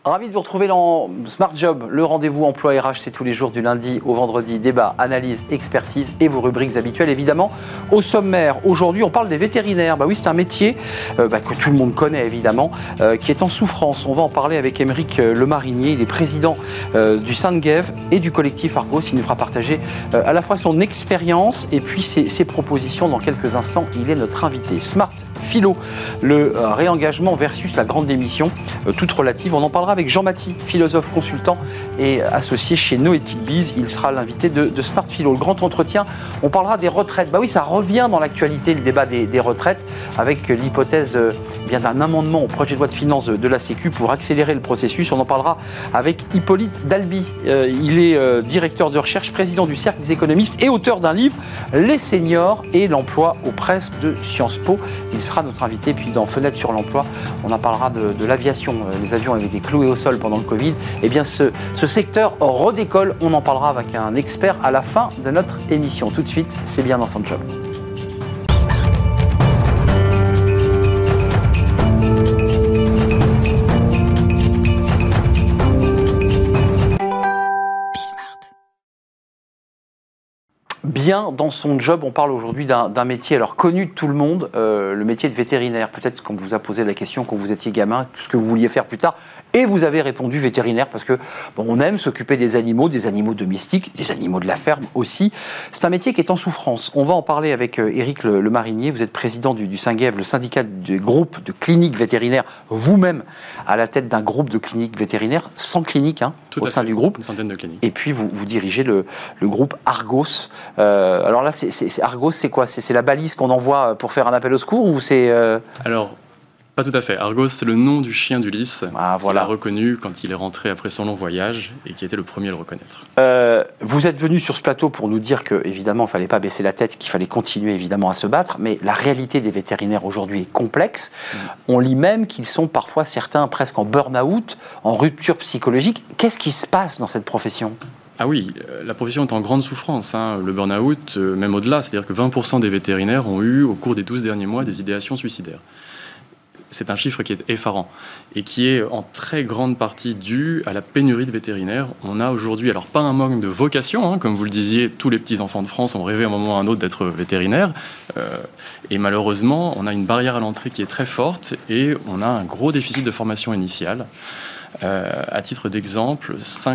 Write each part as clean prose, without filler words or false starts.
Ravi de vous retrouver dans Smart Job, le rendez-vous emploi RH, c'est tous les jours du lundi au vendredi, débat, analyse, expertise et vos rubriques habituelles évidemment. Au sommaire, aujourd'hui on parle des vétérinaires. Oui, c'est un métier que tout le monde connaît évidemment, qui est en souffrance. On va en parler avec Aymeric Lemarinier, il est président du SANGEV et du collectif Argos. Il nous fera partager à la fois son expérience et puis ses propositions dans quelques instants. Il est notre invité. Smart Philo, le réengagement versus la grande démission, toute relative. On en parlera avec Jean Maty, philosophe consultant et associé chez Noétique Biz. Il sera l'invité de Smart Philo. Le grand entretien, on parlera des retraites. Oui, ça revient dans l'actualité, le débat des retraites, avec l'hypothèse d'un amendement au projet de loi de finances de la Sécu pour accélérer le processus. On en parlera avec Hippolyte Dalby. Il est directeur de recherche, président du Cercle des économistes et auteur d'un livre, Les seniors et l'emploi aux presses de Sciences Po. Il sera notre invité. Puis dans Fenêtre sur l'emploi, on en parlera de l'aviation. Les avions avaient été cloués au sol pendant le Covid. Eh bien, ce secteur redécolle. On en parlera avec un expert à la fin de notre émission. Tout de suite, c'est bien dans son job. Bien dans son job, on parle aujourd'hui d'un métier alors connu de tout le monde, le métier de vétérinaire. Peut-être qu'on vous a posé la question quand vous étiez gamin, tout ce que vous vouliez faire plus tard, et vous avez répondu vétérinaire parce que on aime s'occuper des animaux domestiques, des animaux de la ferme aussi. C'est un métier qui est en souffrance. On va en parler avec Aymeric Lemarinier. Vous êtes président du SANGEV, le syndicat du groupe de cliniques vétérinaires, vous-même à la tête d'un groupe de cliniques vétérinaires, 100 cliniques au sein du groupe. Une centaine de cliniques. Et puis vous dirigez le groupe Argos. Alors là, Argos, c'est quoi ? C'est la balise qu'on envoie pour faire un appel au secours ou c'est Alors, pas tout à fait. Argos, c'est le nom du chien d'Ulysse qu'il a reconnu quand il est rentré après son long voyage et qui était le premier à le reconnaître. Vous êtes venu sur ce plateau pour nous dire qu'évidemment, il ne fallait pas baisser la tête, qu'il fallait continuer évidemment à se battre, mais la réalité des vétérinaires aujourd'hui est complexe. On lit même qu'ils sont parfois certains presque en burn-out, en rupture psychologique. Qu'est-ce qui se passe dans cette profession ? Ah oui, la profession est en grande souffrance. Le burn-out, même au-delà, c'est-à-dire que 20% des vétérinaires ont eu, au cours des 12 derniers mois, des idéations suicidaires. C'est un chiffre qui est effarant et qui est en très grande partie dû à la pénurie de vétérinaires. On a aujourd'hui, alors pas un manque de vocation, comme vous le disiez, tous les petits-enfants de France ont rêvé à un moment ou à un autre d'être vétérinaires. Et malheureusement, on a une barrière à l'entrée qui est très forte et on a un gros déficit de formation initiale. À titre d'exemple,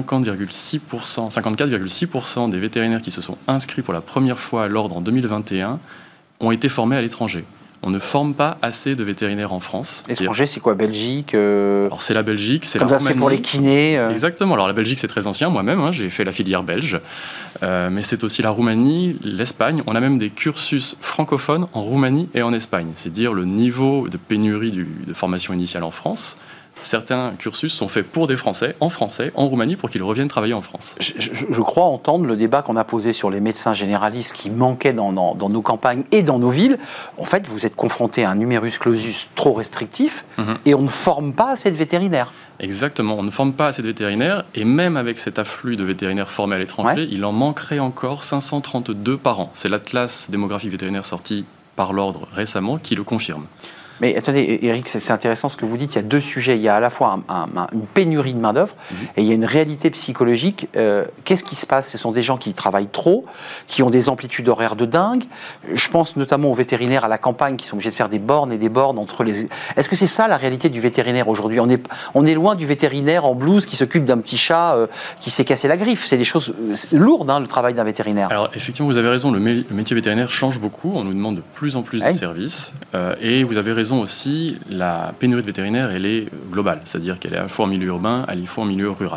54,6% des vétérinaires qui se sont inscrits pour la première fois à l'ordre en 2021 ont été formés à l'étranger. On ne forme pas assez de vétérinaires en France. L'étranger, c'est quoi ? Belgique Alors c'est la Belgique, c'est comme la ça, Roumanie. c'est pour les kinés. Exactement. Alors la Belgique, c'est très ancien. Moi-même, j'ai fait la filière belge. Mais c'est aussi la Roumanie, l'Espagne. On a même des cursus francophones en Roumanie et en Espagne. C'est dire le niveau de pénurie de formation initiale en France. Certains cursus sont faits pour des Français, en Roumanie, pour qu'ils reviennent travailler en France. Je crois entendre le débat qu'on a posé sur les médecins généralistes qui manquaient dans nos campagnes et dans nos villes. En fait, vous êtes confronté à un numerus clausus trop restrictif et on ne forme pas assez de vétérinaires. Exactement, on ne forme pas assez de vétérinaires et même avec cet afflux de vétérinaires formés à l'étranger, il en manquerait encore 532 par an. C'est l'Atlas démographique vétérinaire sorti par l'Ordre récemment qui le confirme. Mais attendez, Aymeric, c'est intéressant ce que vous dites. Il y a deux sujets. Il y a à la fois une pénurie de main-d'œuvre et il y a une réalité psychologique. Qu'est-ce qui se passe ? Ce sont des gens qui travaillent trop, qui ont des amplitudes horaires de dingue. Je pense notamment aux vétérinaires à la campagne qui sont obligés de faire des bornes et des bornes entre les. Est-ce que c'est ça la réalité du vétérinaire aujourd'hui ? On est loin du vétérinaire en blouse qui s'occupe d'un petit chat qui s'est cassé la griffe. C'est des choses lourdes, le travail d'un vétérinaire. Alors effectivement, vous avez raison. Le métier vétérinaire change beaucoup. On nous demande de plus en plus de services. Et vous avez raison aussi, la pénurie de vétérinaires, elle est globale, c'est-à-dire qu'elle est à la fois en milieu urbain, à la fois en milieu rural.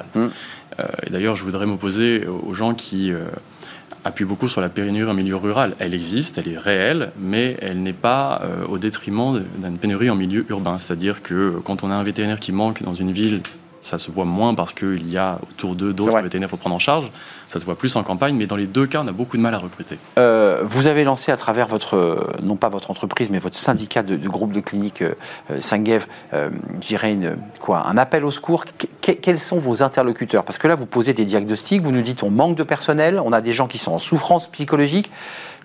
Et d'ailleurs, je voudrais m'opposer aux gens qui appuient beaucoup sur la pénurie en milieu rural. Elle existe, elle est réelle, mais elle n'est pas au détriment d'une pénurie en milieu urbain. C'est-à-dire que quand on a un vétérinaire qui manque dans une ville, ça se voit moins parce qu'il y a autour d'eux d'autres vétérinaires pour prendre en charge. Ça se voit plus en campagne, mais dans les deux cas, on a beaucoup de mal à recruter. Vous avez lancé à travers non pas votre entreprise, mais votre syndicat de groupe de cliniques SANGEV, je dirais un appel au secours. Quels sont vos interlocuteurs ? Parce que là, vous posez des diagnostics, vous nous dites on manque de personnel, on a des gens qui sont en souffrance psychologique.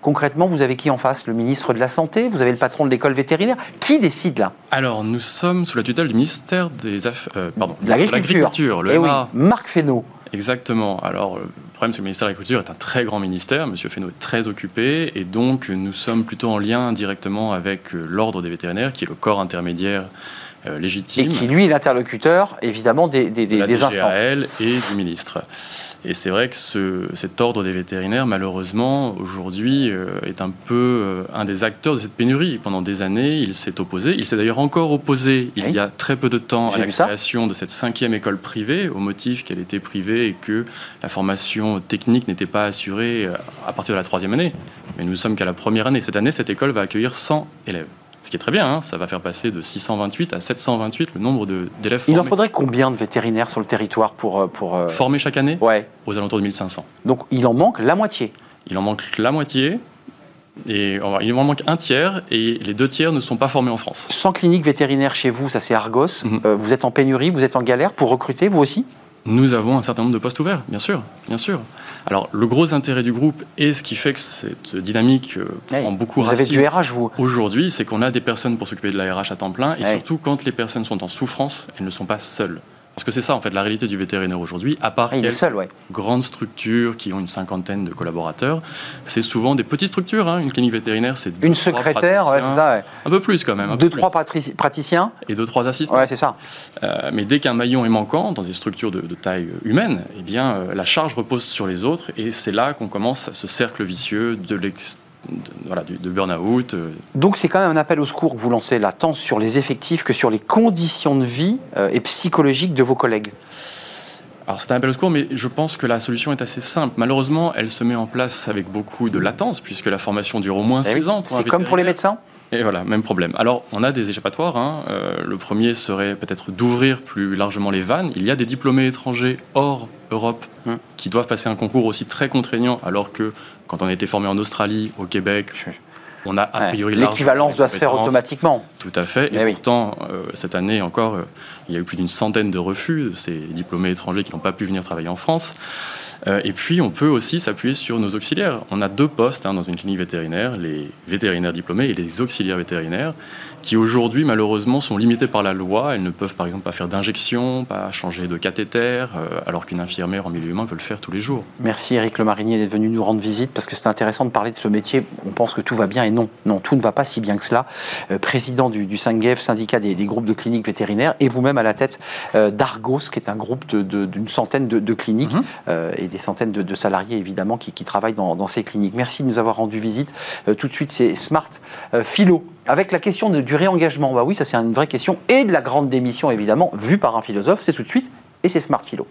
Concrètement, vous avez qui en face? Le ministre de la Santé? Vous avez le patron de l'école vétérinaire? Qui décide là? Alors, nous sommes sous la tutelle du ministère de l'Agriculture, le MA. Oui, Marc Fesneau. Exactement. Alors, le problème, c'est que le ministère de l'Agriculture est un très grand ministère. Monsieur Fesneau est très occupé. Et donc, nous sommes plutôt en lien directement avec l'Ordre des vétérinaires, qui est le corps intermédiaire légitime. Et qui, lui, est l'interlocuteur, évidemment, des instances. Et du ministre. Et c'est vrai que cet ordre des vétérinaires, malheureusement, aujourd'hui, est un peu un des acteurs de cette pénurie. Pendant des années, il s'est opposé. Il s'est d'ailleurs encore opposé, il y a très peu de temps, à la création de cette 5e école privée, au motif qu'elle était privée et que la formation technique n'était pas assurée à partir de la 3e année. Mais nous ne sommes qu'à la première année. Cette année, cette école va accueillir 100 élèves. Ce qui est très bien, hein, ça va faire passer de 628 à 728 le nombre d'élèves formés. Il en faudrait combien de vétérinaires sur le territoire pour former chaque année? Ouais. Aux alentours de 1500. Donc il en manque la moitié. Il en manque la moitié, et il en manque un tiers, et les 2 tiers ne sont pas formés en France. 100 cliniques vétérinaires chez vous, ça c'est Argos. Vous êtes en pénurie, vous êtes en galère pour recruter, vous aussi? Nous avons un certain nombre de postes ouverts, bien sûr, bien sûr. Alors, le gros intérêt du groupe et ce qui fait que cette dynamique prend beaucoup racine. Vous avez du RH, vous? Aujourd'hui, c'est qu'on a des personnes pour s'occuper de la RH à temps plein, et surtout quand les personnes sont en souffrance, elles ne sont pas seules. Parce que c'est ça, en fait, la réalité du vétérinaire aujourd'hui, à part grandes structures qui ont une 50aine de collaborateurs, c'est souvent des petites structures. Hein. Une clinique vétérinaire, c'est une secrétaire, c'est ça. Un peu plus quand même. 2-3 praticiens. Et 2-3 assistants. Ouais, c'est ça. Mais dès qu'un maillon est manquant, dans des structures de taille humaine, eh bien, la charge repose sur les autres, et c'est là qu'on commence ce cercle vicieux de burn-out. Donc c'est quand même un appel au secours que vous lancez là, tant sur les effectifs que sur les conditions de vie et psychologiques de vos collègues. Alors c'est un appel au secours, mais je pense que la solution est assez simple. Malheureusement, elle se met en place avec beaucoup de latence, puisque la formation dure au moins 6 ans. C'est comme pour les médecins? Et voilà, même problème. Alors, on a des échappatoires. Hein. Le premier serait peut-être d'ouvrir plus largement les vannes. Il y a des diplômés étrangers hors Europe qui doivent passer un concours aussi très contraignant, alors que quand on a été formé en Australie, au Québec, on a a priori l'équivalence doit se faire automatiquement. Tout à fait. Et pourtant, cette année encore, il y a eu plus d'une centaine de refus de ces diplômés étrangers qui n'ont pas pu venir travailler en France. Et puis, on peut aussi s'appuyer sur nos auxiliaires. On a 2 postes dans une clinique vétérinaire, les vétérinaires diplômés et les auxiliaires vétérinaires, qui aujourd'hui, malheureusement, sont limités par la loi. Elles ne peuvent, par exemple, pas faire d'injection, pas changer de cathéter, alors qu'une infirmière en milieu humain peut le faire tous les jours. Merci Éric Lemarinier d'être venu nous rendre visite, parce que c'est intéressant de parler de ce métier. On pense que tout va bien, et non, tout ne va pas si bien que cela. Président du SYNGEF, syndicat des groupes de cliniques vétérinaires, et vous-même à la tête d'Argos, qui est un groupe d'une centaine de cliniques, et des centaines de salariés, évidemment, qui travaillent dans ces cliniques. Merci de nous avoir rendu visite. Tout de suite, c'est Smart Philo, avec la question du réengagement. Bah oui, ça c'est une vraie question, et de la grande démission, évidemment, vue par un philosophe. C'est tout de suite, et c'est Smart Philo.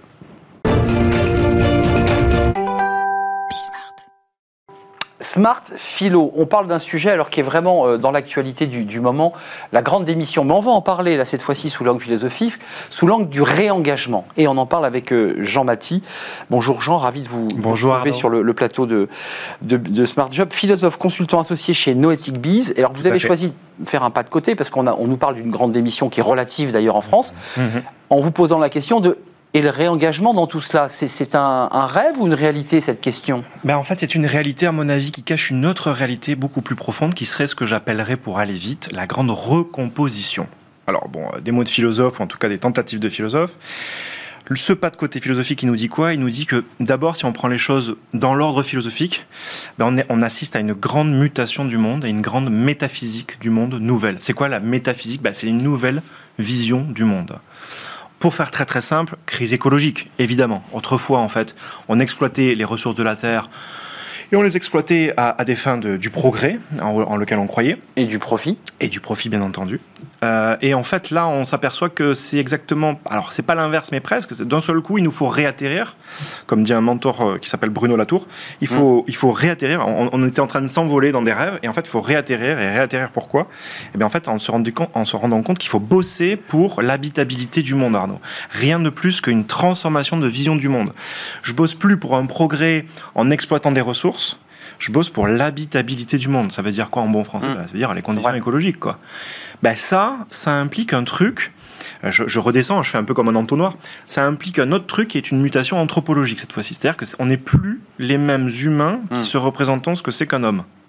Smart Philo, on parle d'un sujet alors qui est vraiment dans l'actualité du moment, la grande démission. Mais on va en parler là cette fois-ci sous l'angle philosophique, sous l'angle du réengagement. Et on en parle avec Jean Maty. Bonjour Jean, ravi de vous retrouver sur le plateau de Smart Job. Philosophe, consultant associé chez Noetic Biz. Et alors vous avez choisi de faire un pas de côté parce qu'on nous parle d'une grande démission qui est relative d'ailleurs en France, en vous posant la question de... Et le réengagement dans tout cela, c'est un rêve ou une réalité, cette question? En fait, c'est une réalité, à mon avis, qui cache une autre réalité beaucoup plus profonde, qui serait ce que j'appellerais, pour aller vite, la grande recomposition. Alors, des mots de philosophe, ou en tout cas des tentatives de philosophe. Ce pas de côté philosophique, il nous dit quoi? Il nous dit que, d'abord, si on prend les choses dans l'ordre philosophique, on assiste à une grande mutation du monde, et une grande métaphysique du monde nouvelle. C'est quoi la métaphysique? C'est une nouvelle vision du monde. Pour faire très très simple, crise écologique, évidemment. Autrefois, en fait, on exploitait les ressources de la Terre et on les exploitait à des fins du progrès, en lequel on croyait. Et du profit. Et du profit, bien entendu. Et en fait, là, on s'aperçoit que c'est exactement... Alors, c'est pas l'inverse, mais presque. D'un seul coup, il nous faut réatterrir. Comme dit un mentor qui s'appelle Bruno Latour, il faut réatterrir. On était en train de s'envoler dans des rêves, et en fait, il faut réatterrir. Et réatterrir, pourquoi? Et bien, en fait, en se rendant compte qu'il faut bosser pour l'habitabilité du monde, Arnaud. Rien de plus qu'une transformation de vision du monde. Je bosse plus pour un progrès en exploitant des ressources. Je bosse pour l'habitabilité du monde. Ça veut dire quoi en bon français? Ça veut dire les conditions écologiques, quoi. Ça implique un truc... Je redescends, je fais un peu comme un entonnoir. Ça implique un autre truc qui est une mutation anthropologique cette fois-ci. C'est-à-dire qu'on n'est plus les mêmes humains qui se représentent ce que c'est qu'un homme.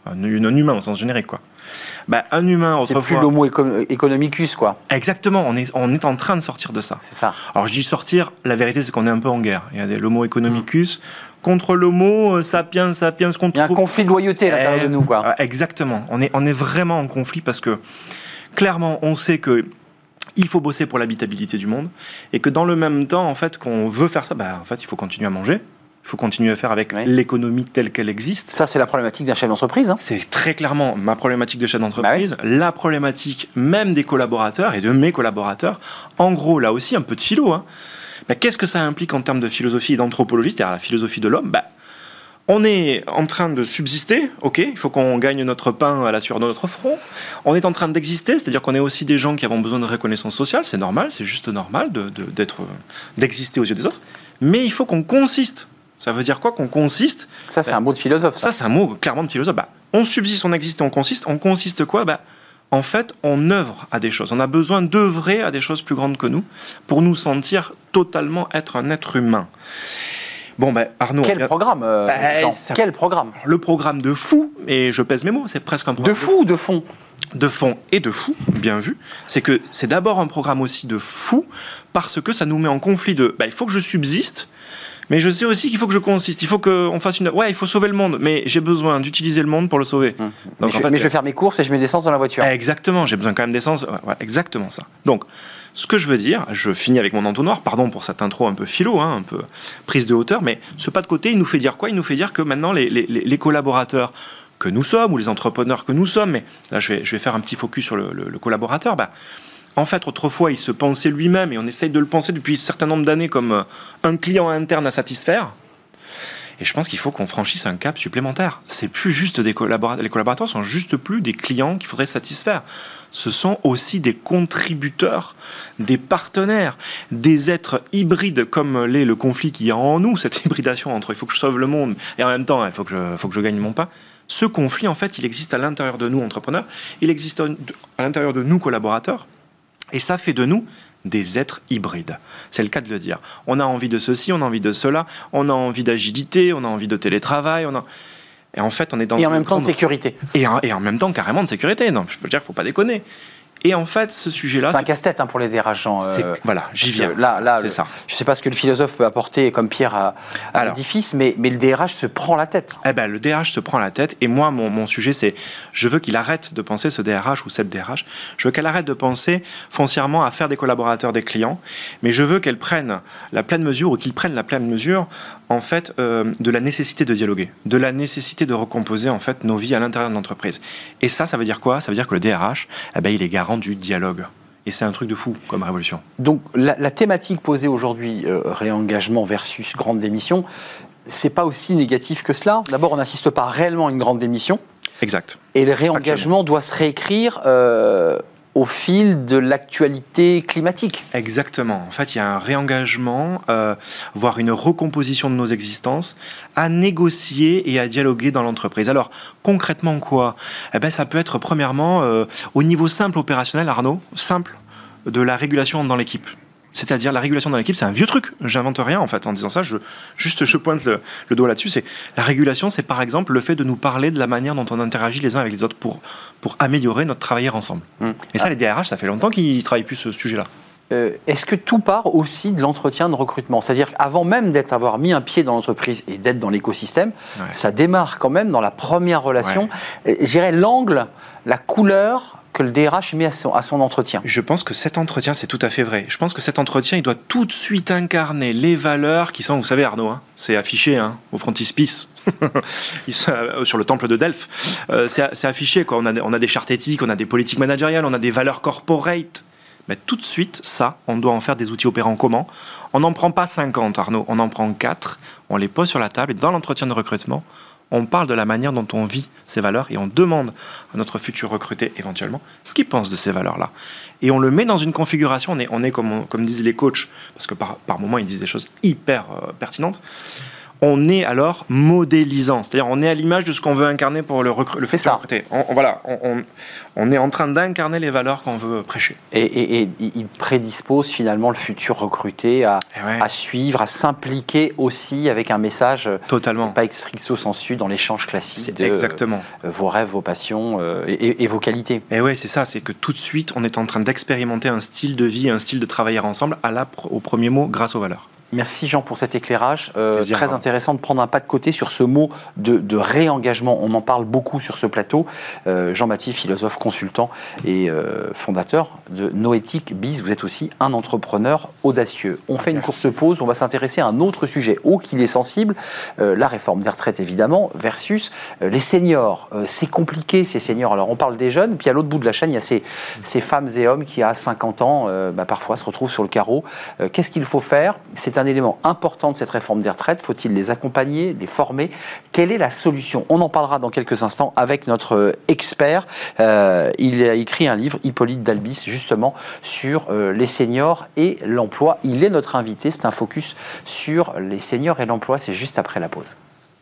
un humain au sens générique, quoi. Un humain, autrefois... C'est plus l'homo economicus, quoi. Exactement, on est en train de sortir de ça. C'est ça. Alors je dis sortir, la vérité c'est qu'on est un peu en guerre. Il y a l'homo economicus contre l'homo sapiens contre... Il y a un conflit de loyauté à l'intérieur de nous, quoi. Exactement, on est vraiment en conflit parce que, clairement, on sait que il faut bosser pour l'habitabilité du monde et que dans le même temps, en fait, qu'on veut faire ça, en fait, il faut continuer à manger. Il faut continuer à faire avec l'économie telle qu'elle existe. Ça, c'est la problématique d'un chef d'entreprise. Hein. C'est très clairement ma problématique de chef d'entreprise, la problématique même des collaborateurs et de mes collaborateurs. En gros, là aussi, un peu de philo. Hein. Qu'est-ce que ça implique en termes de philosophie et d'anthropologie, c'est-à-dire la philosophie de l'homme? On est en train de subsister, ok, il faut qu'on gagne notre pain à la sueur de notre front. On est en train d'exister, c'est-à-dire qu'on est aussi des gens qui avons besoin de reconnaissance sociale, c'est normal, c'est juste normal d'exister aux yeux des autres. Mais il faut qu'on consiste. Ça veut dire quoi qu'on consiste? Ça, c'est un mot de philosophe. Ça, c'est un mot clairement de philosophe. On subsiste, on existe, on consiste. On consiste quoi? En fait, on œuvre à des choses. On a besoin d'œuvrer à des choses plus grandes que nous pour nous sentir totalement être un être humain. Bon, Arnaud... Quel programme, Jean, quel programme? Le programme de fou, et je pèse mes mots, c'est presque un programme... De fou ou de fond? De fond et de fou, bien vu. C'est que c'est d'abord un programme aussi de fou, parce que ça nous met en conflit de... il faut que je subsiste, mais je sais aussi qu'il faut que je consiste. Il faut qu'on fasse une... Ouais, il faut sauver le monde, mais j'ai besoin d'utiliser le monde pour le sauver. Donc, mais je vais faire mes courses et je mets de l'essence dans la voiture. Exactement, j'ai besoin quand même d'essence. Ouais, exactement ça. Donc, ce que je veux dire, je finis avec mon entonnoir, pardon pour cette intro un peu philo, un peu prise de hauteur, mais ce pas de côté, il nous fait dire quoi? Il nous fait dire que maintenant, les collaborateurs que nous sommes, ou les entrepreneurs que nous sommes, mais là, je vais faire un petit focus sur le collaborateur, en fait, autrefois, il se pensait lui-même, et on essaye de le penser depuis un certain nombre d'années comme un client interne à satisfaire. Et je pense qu'il faut qu'on franchisse un cap supplémentaire. C'est plus juste des collaborateurs. Les collaborateurs sont juste plus des clients qu'il faudrait satisfaire. Ce sont aussi des contributeurs, des partenaires, des êtres hybrides comme l'est le conflit qu'il y a en nous, cette hybridation entre il faut que je sauve le monde et en même temps il faut que je gagne mon pain. Ce conflit, en fait, il existe à l'intérieur de nous, entrepreneurs. Il existe à l'intérieur de nous, collaborateurs. Et ça fait de nous des êtres hybrides. C'est le cas de le dire. On a envie de ceci, on a envie de cela, on a envie d'agilité, on a envie de télétravail, et en fait, on est dans... Et en même temps de sécurité. Et en même temps, carrément de sécurité. Non, je veux dire, il ne faut pas déconner. Et en fait, ce sujet-là... C'est un casse-tête pour les DRH. Voilà, j'y viens. Là, c'est ça. Je ne sais pas ce que le philosophe peut apporter comme pierre à l'édifice, mais le DRH se prend la tête. Le DRH se prend la tête. Et moi, mon sujet, c'est... Je veux qu'il arrête de penser, ce DRH ou cette DRH, je veux qu'elle arrête de penser foncièrement à faire des collaborateurs des clients, mais je veux qu'elle prenne la pleine mesure, ou qu'ils prennent la pleine mesure, en fait, de la nécessité de dialoguer, de la nécessité de recomposer, en fait, nos vies à l'intérieur de l'entreprise. Et ça veut dire quoi? Ça veut dire que le DRH, il est garant du dialogue. Et c'est un truc de fou comme révolution. Donc la thématique posée aujourd'hui, réengagement versus grande démission, c'est pas aussi négatif que cela. D'abord, on n'assiste pas réellement à une grande démission. Exact. Et le réengagement doit se réécrire au fil de l'actualité climatique. Exactement. En fait, il y a un réengagement, voire une recomposition de nos existences, à négocier et à dialoguer dans l'entreprise. Alors, concrètement quoi? Ça peut être premièrement, au niveau simple opérationnel, Arnaud, simple, de la régulation dans l'équipe. C'est-à-dire la régulation dans l'équipe, c'est un vieux truc. J'invente rien en fait en disant ça. Je pointe le doigt là-dessus. C'est la régulation, c'est par exemple le fait de nous parler de la manière dont on interagit les uns avec les autres pour améliorer notre travailler ensemble. Et ça, les DRH, ça fait longtemps qu'ils ne travaillent plus ce sujet-là. Est-ce que tout part aussi de l'entretien de recrutement? C'est-à-dire qu'avant même d'avoir mis un pied dans l'entreprise et d'être dans l'écosystème, ça démarre quand même dans la première relation. Je dirais l'angle, la couleur que le DRH met à son entretien. Je pense que cet entretien, c'est tout à fait vrai. Je pense que cet entretien, il doit tout de suite incarner les valeurs qui sont, vous savez Arnaud, c'est affiché au frontispice, sur le temple de Delphes. C'est affiché, quoi. On a des chartes éthiques, on a des politiques managériales, on a des valeurs corporate. Mais tout de suite, ça, on doit en faire des outils opérants communs. On n'en prend pas 50, Arnaud, on en prend 4, on les pose sur la table et dans l'entretien de recrutement, on parle de la manière dont on vit ces valeurs et on demande à notre futur recruté éventuellement ce qu'il pense de ces valeurs-là. Et on le met dans une configuration, on est comme disent les coachs, parce que par moment ils disent des choses hyper pertinentes, on est alors modélisant. C'est-à-dire, on est à l'image de ce qu'on veut incarner pour le futur recruté. On est en train d'incarner les valeurs qu'on veut prêcher. Et il prédispose finalement le futur recruté à suivre, à s'impliquer aussi avec un message totalement pas stricto sensu dans l'échange classique de exactement. Vos rêves, vos passions et vos qualités. Et ouais, c'est ça, c'est que tout de suite, on est en train d'expérimenter un style de vie, un style de travailler ensemble au premier mot, grâce aux valeurs. Merci Jean pour cet éclairage. Très intéressant de prendre un pas de côté sur ce mot de réengagement. On en parle beaucoup sur ce plateau. Jean Mathie, philosophe, consultant et fondateur de Noéthique Biz. Vous êtes aussi un entrepreneur audacieux. On fait une courte pause. On va s'intéresser à un autre sujet qu'il est sensible. La réforme des retraites, évidemment, versus les seniors. C'est compliqué, ces seniors. Alors, on parle des jeunes, puis à l'autre bout de la chaîne, il y a ces femmes et hommes qui, à 50 ans, parfois se retrouvent sur le carreau. Qu'est-ce qu'il faut faire ? C'est un élément important de cette réforme des retraites. Faut-il les accompagner, les former ? Quelle est la solution ? On en parlera dans quelques instants avec notre expert. Il a écrit un livre, Hippolyte Dalbis, justement, sur les seniors et l'emploi. Il est notre invité. C'est un focus sur les seniors et l'emploi. C'est juste après la pause.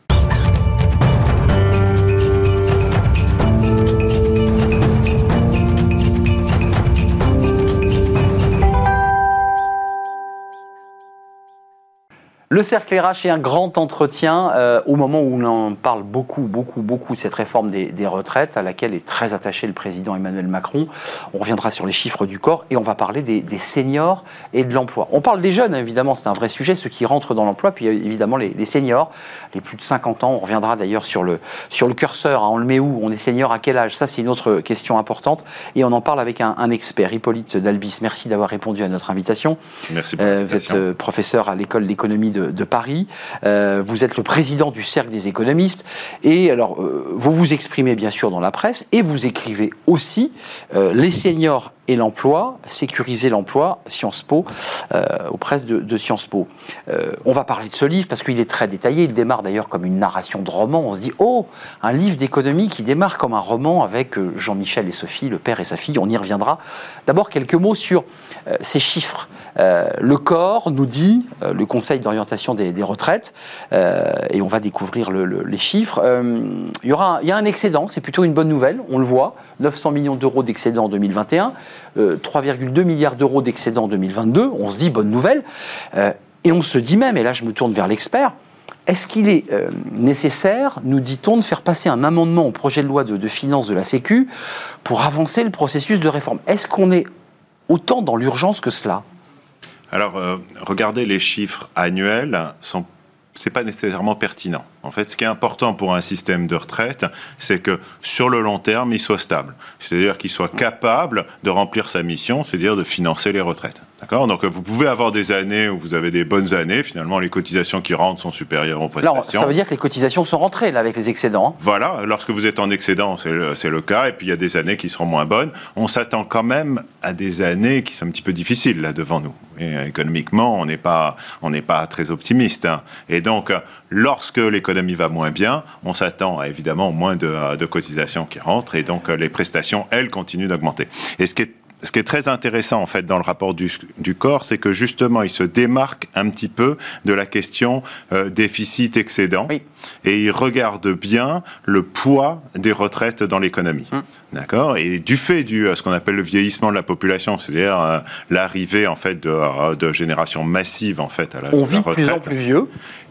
Le Cercle RH est un grand entretien au moment où on en parle beaucoup de cette réforme des retraites à laquelle est très attaché le président Emmanuel Macron. On reviendra sur les chiffres du corps et on va parler des seniors et de l'emploi. On parle des jeunes, évidemment, c'est un vrai sujet, ceux qui rentrent dans l'emploi, puis évidemment les seniors, les plus de 50 ans. On reviendra d'ailleurs sur le curseur, hein, on le met où ? On est senior à quel âge ? Ça, c'est une autre question importante et on en parle avec un expert, Hippolyte Dalbis. Merci d'avoir répondu à notre invitation. Merci pour l'invitation. Vous êtes professeur à l'école d'économie de Paris. Vous êtes le président du Cercle des économistes. Et alors, vous vous exprimez bien sûr dans la presse et vous écrivez aussi les seniors et l'emploi, sécuriser l'emploi, Sciences Po, aux presses de Sciences Po. On va parler de ce livre parce qu'il est très détaillé. Il démarre d'ailleurs comme une narration de roman. On se dit, un livre d'économie qui démarre comme un roman avec Jean-Michel et Sophie, le père et sa fille. On y reviendra. D'abord, quelques mots sur ces chiffres. Le corps nous dit, le Conseil d'orientation des retraites, et on va découvrir les chiffres, il y a un excédent, c'est plutôt une bonne nouvelle, on le voit, 900 millions d'euros d'excédent en 2021, 3,2 milliards d'euros d'excédent en 2022, on se dit bonne nouvelle, et on se dit même, et là je me tourne vers l'expert, est-ce qu'il est nécessaire, nous dit-on, de faire passer un amendement au projet de loi de finances de la Sécu pour avancer le processus de réforme ? Est-ce qu'on est autant dans l'urgence que cela ? Alors, regardez les chiffres annuels, c'est pas nécessairement pertinent. En fait, ce qui est important pour un système de retraite, c'est que sur le long terme, il soit stable. C'est-à-dire qu'il soit capable de remplir sa mission, c'est-à-dire de financer les retraites. D'accord ? Donc, vous pouvez avoir des années où vous avez des bonnes années. Finalement, les cotisations qui rentrent sont supérieures aux prestations. Alors, ça veut dire que les cotisations sont rentrées, là, avec les excédents. Hein. Voilà. Lorsque vous êtes en excédent, c'est le cas. Et puis, il y a des années qui seront moins bonnes. On s'attend quand même à des années qui sont un petit peu difficiles, là, devant nous. Et économiquement, on n'est pas très optimiste. Hein. Et donc, lorsque l'économie va moins bien, on s'attend à évidemment moins de cotisations qui rentrent. Et donc, les prestations, elles, continuent d'augmenter. Et ce qui est très intéressant en fait dans le rapport du corps, c'est que justement il se démarque un petit peu de la question déficit-excédent, oui. Et il regarde bien le poids des retraites dans l'économie. D'accord ? Et du fait ce qu'on appelle le vieillissement de la population, c'est-à-dire l'arrivée en fait de générations massives en fait à la retraite. On vit de plus en plus vieux.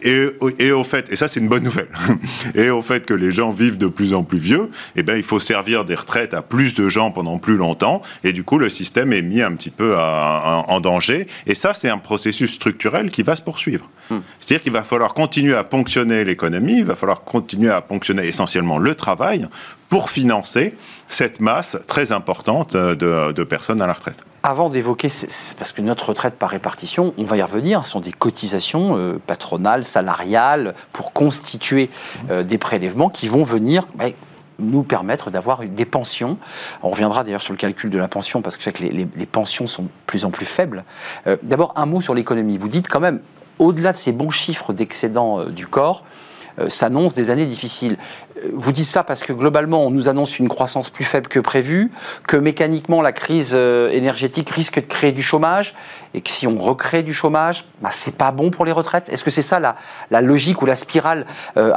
Et au fait, et ça c'est une bonne nouvelle, et au fait que les gens vivent de plus en plus vieux, eh ben il faut servir des retraites à plus de gens pendant plus longtemps, et du coup le système est mis un petit peu en danger. Et ça c'est un processus structurel qui va se poursuivre. C'est-à-dire qu'il va falloir continuer à ponctionner l'économie, il va falloir continuer à ponctionner essentiellement le travail pour financer cette masse très importante de personnes à la retraite. Avant d'évoquer, parce que notre retraite par répartition, on va y revenir, ce sont des cotisations patronales, salariales, pour constituer des prélèvements qui vont venir nous permettre d'avoir des pensions. On reviendra d'ailleurs sur le calcul de la pension, parce que c'est que les pensions sont de plus en plus faibles. D'abord, un mot sur l'économie. Vous dites quand même, au-delà de ces bons chiffres d'excédent du corps, s'annoncent des années difficiles. Vous dites ça parce que globalement, on nous annonce une croissance plus faible que prévu, que mécaniquement, la crise énergétique risque de créer du chômage, et que si on recrée du chômage, c'est pas bon pour les retraites. Est-ce que c'est ça la logique ou la spirale infernale ?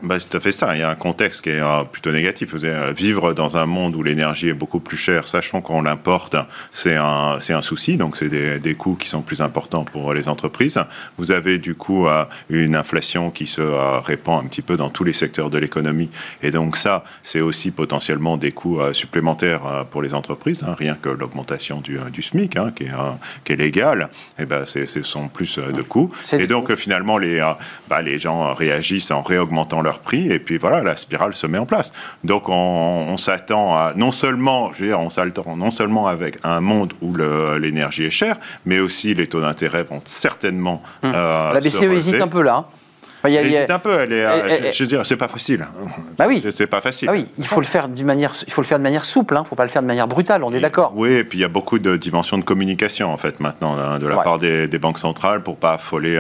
C'est tout à fait ça. Il y a un contexte qui est plutôt négatif. Vivre dans un monde où l'énergie est beaucoup plus chère, sachant qu'on l'importe, c'est un souci. Donc, c'est des coûts qui sont plus importants pour les entreprises. Vous avez du coup une inflation qui se répand un petit peu dans tous les secteurs de l'économie. Et donc ça, c'est aussi potentiellement des coûts supplémentaires pour les entreprises. Rien que l'augmentation du SMIC, qui est légale, ce sont plus de coûts. Et donc finalement, les gens réagissent en réaugmentant leurs prix. Et puis voilà, la spirale se met en place. Donc on s'attend à non seulement avec un monde où l'énergie est chère, mais aussi les taux d'intérêt vont certainement la BCE hésite un peu là. Elle hésite un peu. Je veux dire, c'est pas facile. Oui. C'est pas facile. Oui, il faut le faire de manière souple. Il ne faut pas le faire de manière brutale. On est d'accord. Oui, et puis il y a beaucoup de dimensions de communication en fait maintenant de la part des banques centrales pour pas affoler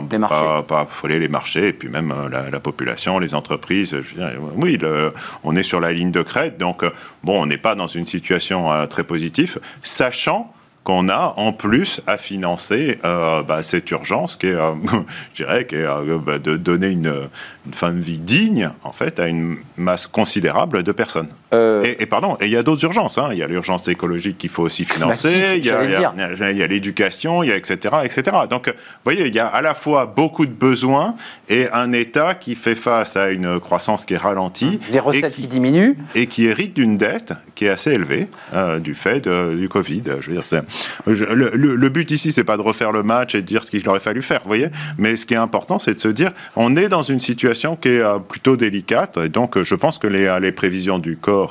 les marchés et puis même la population, les entreprises. Je veux dire, oui, on est sur la ligne de crête, donc on n'est pas dans une situation très positive, sachant qu'on a en plus à financer cette urgence qui est, je dirais, de donner une fin de vie digne en fait à une masse considérable de personnes. Et il y a d'autres urgences. Il y a l'urgence écologique qu'il faut aussi financer. Il y a l'éducation, il y a etc. Donc, vous voyez, il y a à la fois beaucoup de besoins et un État qui fait face à une croissance qui est ralentie, des recettes qui diminuent et qui hérite d'une dette qui est assez élevée du fait du Covid. Je veux dire, le but ici, c'est pas de refaire le match et de dire ce qu'il aurait fallu faire, vous voyez. Mais ce qui est important, c'est de se dire, on est dans une situation qui est plutôt délicate. Et donc, je pense que les prévisions du corps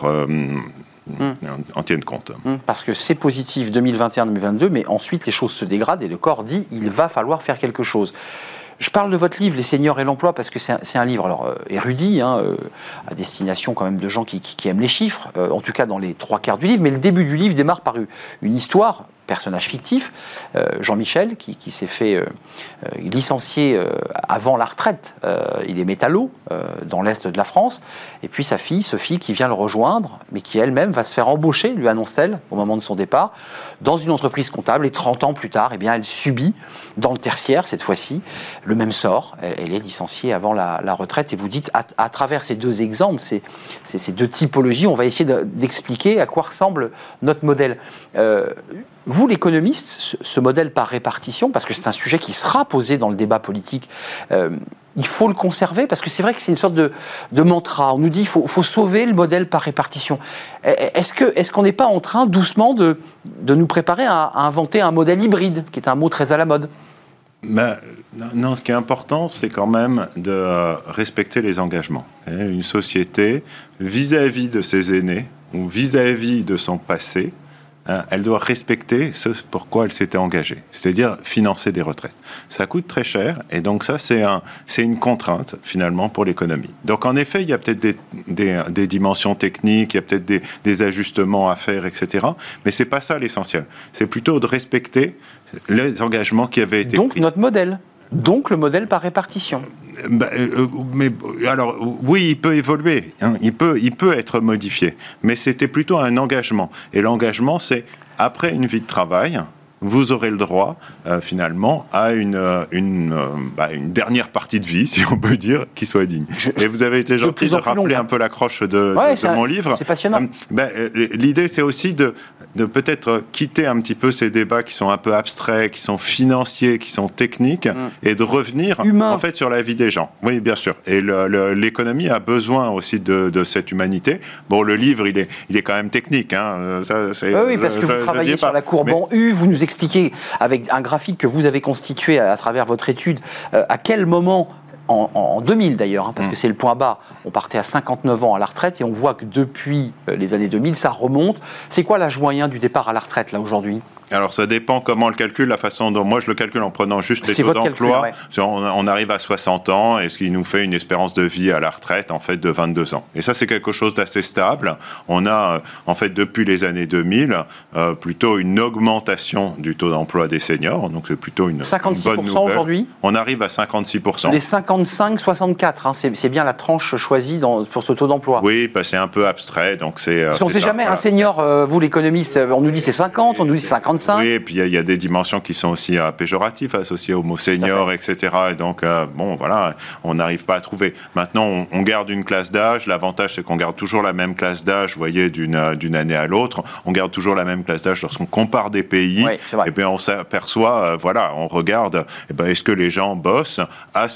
en tiennent compte. Parce que c'est positif 2021-2022, mais ensuite les choses se dégradent et le corps dit il va falloir faire quelque chose. Je parle de votre livre, Les seniors et l'emploi, parce que c'est un livre érudit, à destination quand même de gens qui aiment les chiffres, en tout cas dans les 3/4 du livre, mais le début du livre démarre par une histoire, personnage fictif, Jean-Michel, qui s'est fait licencier avant la retraite. Il est métallo dans l'Est de la France, et puis sa fille, Sophie, qui vient le rejoindre, mais qui elle-même va se faire embaucher, lui annonce-t-elle, au moment de son départ, dans une entreprise comptable, et 30 ans plus tard, elle subit, dans le tertiaire cette fois-ci, le même sort. Elle est licenciée avant la retraite, et vous dites, à travers ces deux exemples, ces deux typologies, on va essayer d'expliquer à quoi ressemble notre modèle. Vous, l'économiste, ce modèle par répartition, parce que c'est un sujet qui sera posé dans le débat politique, il faut le conserver, parce que c'est vrai que c'est une sorte de mantra. On nous dit qu'il faut sauver le modèle par répartition. Est-ce qu'on n'est pas en train, doucement, de nous préparer à inventer un modèle hybride, qui est un mot très à la mode ? Non, ce qui est important, c'est quand même de respecter les engagements. Une société, vis-à-vis de ses aînés, ou vis-à-vis de son passé, elle doit respecter ce pourquoi elle s'était engagée, c'est-à-dire financer des retraites. Ça coûte très cher, et donc ça, c'est une contrainte, finalement, pour l'économie. Donc, en effet, il y a peut-être des dimensions techniques, il y a peut-être des ajustements à faire, etc. Mais c'est pas ça l'essentiel. C'est plutôt de respecter les engagements qui avaient été pris. Donc, notre modèle. Donc, le modèle par répartition. Mais alors oui, il peut évoluer, il peut être modifié, mais c'était plutôt un engagement. Et l'engagement, c'est après une vie de travail, vous aurez le droit, finalement, à une dernière partie de vie, si on peut dire, qui soit digne. Et vous avez été gentil de rappeler un peu l'accroche de mon livre. C'est passionnant. L'idée, c'est aussi de peut-être quitter un petit peu ces débats qui sont un peu abstraits, qui sont financiers, qui sont techniques, et de revenir, en fait, sur la vie des gens. Oui, bien sûr. Et l'économie a besoin aussi de cette humanité. Bon, le livre, il est quand même technique. Oui, parce que vous travaillez sur la courbe en U, vous nous expliquez avec un graphique que vous avez constitué à travers votre étude, à quel moment, en 2000 d'ailleurs, parce que c'est le point bas, on partait à 59 ans à la retraite et on voit que depuis les années 2000, ça remonte. C'est quoi l'âge moyen du départ à la retraite là aujourd'hui ? Alors ça dépend comment on le calcule, la façon dont moi je le calcule en prenant juste les taux d'emploi. Ouais. On arrive à 60 ans et ce qui nous fait une espérance de vie à la retraite en fait de 22 ans. Et ça c'est quelque chose d'assez stable. On a en fait depuis les années 2000 plutôt une augmentation du taux d'emploi des seniors. Donc c'est plutôt une bonne nouvelle. aujourd'hui. On arrive à 56%. Les 50 55-64, hein, c'est bien la tranche choisie pour ce taux d'emploi. Oui, c'est un peu abstrait. Donc parce qu'on ne sait jamais, un senior, vous l'économiste, on nous dit c'est 50, on nous dit c'est 55. Oui, et puis il y a des dimensions qui sont aussi péjoratives, associées au mot senior, etc. Et donc, voilà, on n'arrive pas à trouver. Maintenant, on garde une classe d'âge. L'avantage, c'est qu'on garde toujours la même classe d'âge, vous voyez, d'une année à l'autre. On garde toujours la même classe d'âge lorsqu'on compare des pays. Oui, et bien, on s'aperçoit, on regarde, est-ce que les gens bossent à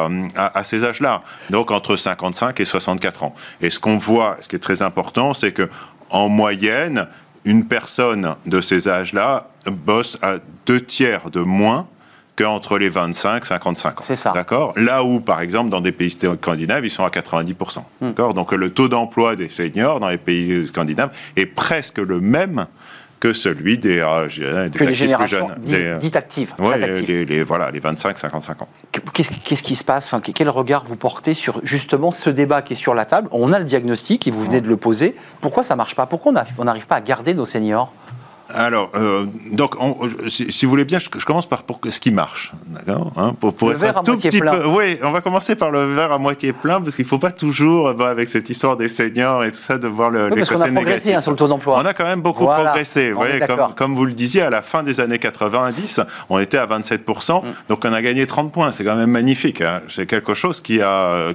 ces âges-là, donc entre 55 et 64 ans. Et ce qu'on voit, ce qui est très important, c'est que en moyenne, une personne de ces âges-là bosse à 2/3 de moins qu'entre les 25 et 55 ans. C'est ça. D'accord ? Là où, par exemple, dans des pays scandinaves, ils sont à 90%. D'accord ? Donc le taux d'emploi des seniors dans les pays scandinaves est presque le même que celui des que les générations dites actives, très actives. Les 25-55 ans. Qu'est-ce qui se passe, quel regard vous portez sur justement ce débat qui est sur la table? On a le diagnostic et vous venez de le poser. Pourquoi ça ne marche pas? Pourquoi on n'arrive pas à garder nos seniors? Alors, donc, si vous voulez bien, je commence par ce qui marche, d'accord, hein, pour le verre à moitié plein. Oui, on va commencer par le verre à moitié plein, parce qu'il ne faut pas toujours, avec cette histoire des seniors et tout ça, de voir les côtés négatifs. Parce qu'on a progressé sur le taux d'emploi. On a quand même beaucoup progressé. Vous voyez, comme vous le disiez, à la fin des années 90, on était à 27%, donc on a gagné 30 points. C'est quand même magnifique. Hein. C'est quelque chose qui a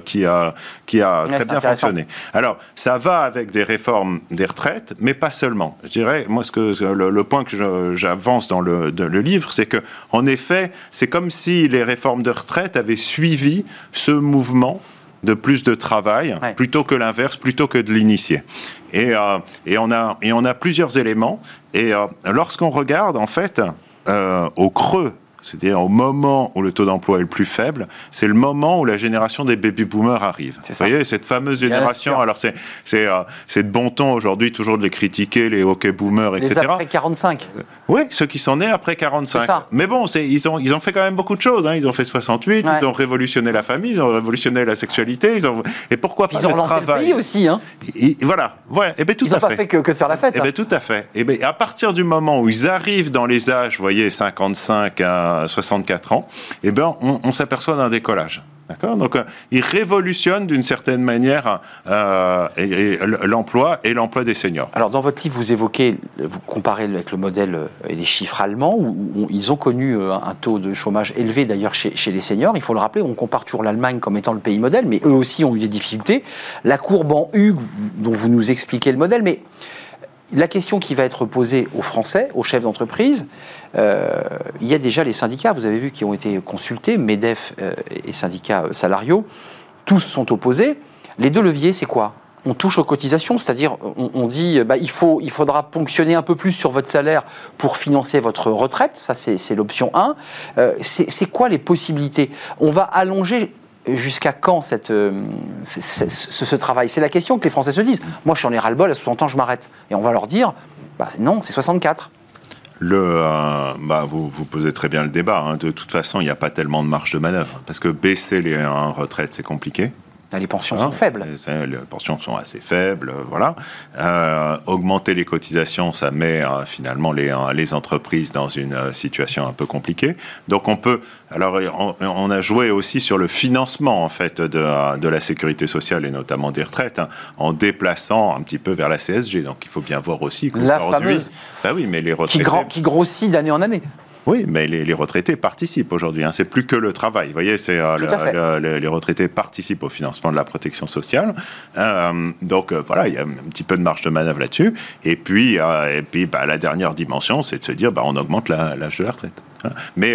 très bien fonctionné. Alors, ça va avec des réformes des retraites, mais pas seulement. Je dirais, moi, le point que j'avance dans le livre, c'est que, en effet, c'est comme si les réformes de retraite avaient suivi ce mouvement de plus de travail, plutôt que l'inverse, plutôt que de l'initier. Et on a plusieurs éléments. Et lorsqu'on regarde, en fait, au creux, c'est-à-dire au moment où le taux d'emploi est le plus faible, c'est le moment où la génération des baby-boomers arrive. Vous voyez, cette fameuse génération, alors c'est de bon ton aujourd'hui toujours de les critiquer, les hockey-boomers, etc. Les après 45. Oui, ceux qui sont nés après 45. Mais bon, ils ont fait quand même beaucoup de choses. Hein. Ils ont fait 68, ils ont révolutionné la famille, ils ont révolutionné la sexualité, et pourquoi pas le travail. Ils ont relancé le pays aussi. Hein. Voilà. Ouais, et bien, tout ils n'ont pas fait que faire la fête. Et bien, tout à fait. Et bien, à partir du moment où ils arrivent dans les âges, vous voyez, 55 à 64 ans, eh ben, on s'aperçoit d'un décollage. D'accord ? Donc, ils révolutionnent d'une certaine manière l'emploi et l'emploi des seniors. Alors, dans votre livre, vous comparez avec le modèle et les chiffres allemands, où ils ont connu un taux de chômage élevé d'ailleurs chez les seniors. Il faut le rappeler, on compare toujours l'Allemagne comme étant le pays modèle, mais eux aussi ont eu des difficultés. La courbe en U, dont vous nous expliquez le modèle, mais la question qui va être posée aux Français, aux chefs d'entreprise, il y a déjà les syndicats, vous avez vu, qui ont été consultés, MEDEF et syndicats salariaux, tous sont opposés. Les deux leviers, c'est quoi ? On touche aux cotisations, c'est-à-dire on dit il faudra ponctionner un peu plus sur votre salaire pour financer votre retraite, ça c'est l'option 1. C'est quoi les possibilités ? On va allonger jusqu'à quand ce travail ? C'est la question que les Français se disent. Moi, je suis en ai ras-le-bol, à 60 ans, je m'arrête. Et on va leur dire, non, c'est 64. Vous posez très bien le débat. Hein. De toute façon, il n'y a pas tellement de marge de manœuvre. Parce que baisser les retraites, c'est compliqué. Les pensions sont faibles. Les pensions sont assez faibles, voilà. Augmenter les cotisations, ça met finalement les entreprises dans une situation un peu compliquée. Donc on a joué aussi sur le financement en fait de la sécurité sociale et notamment des retraites, hein, en déplaçant un petit peu vers la CSG. Donc il faut bien voir aussi que la fameuse, oui, mais les retraités qui grossit d'année en année. Oui, mais les retraités participent aujourd'hui. Hein. C'est plus que le travail. Vous voyez, les retraités participent au financement de la protection sociale. Donc voilà, il y a un petit peu de marge de manœuvre là-dessus. Et puis la dernière dimension, c'est de se dire, on augmente l'âge de la retraite. Mais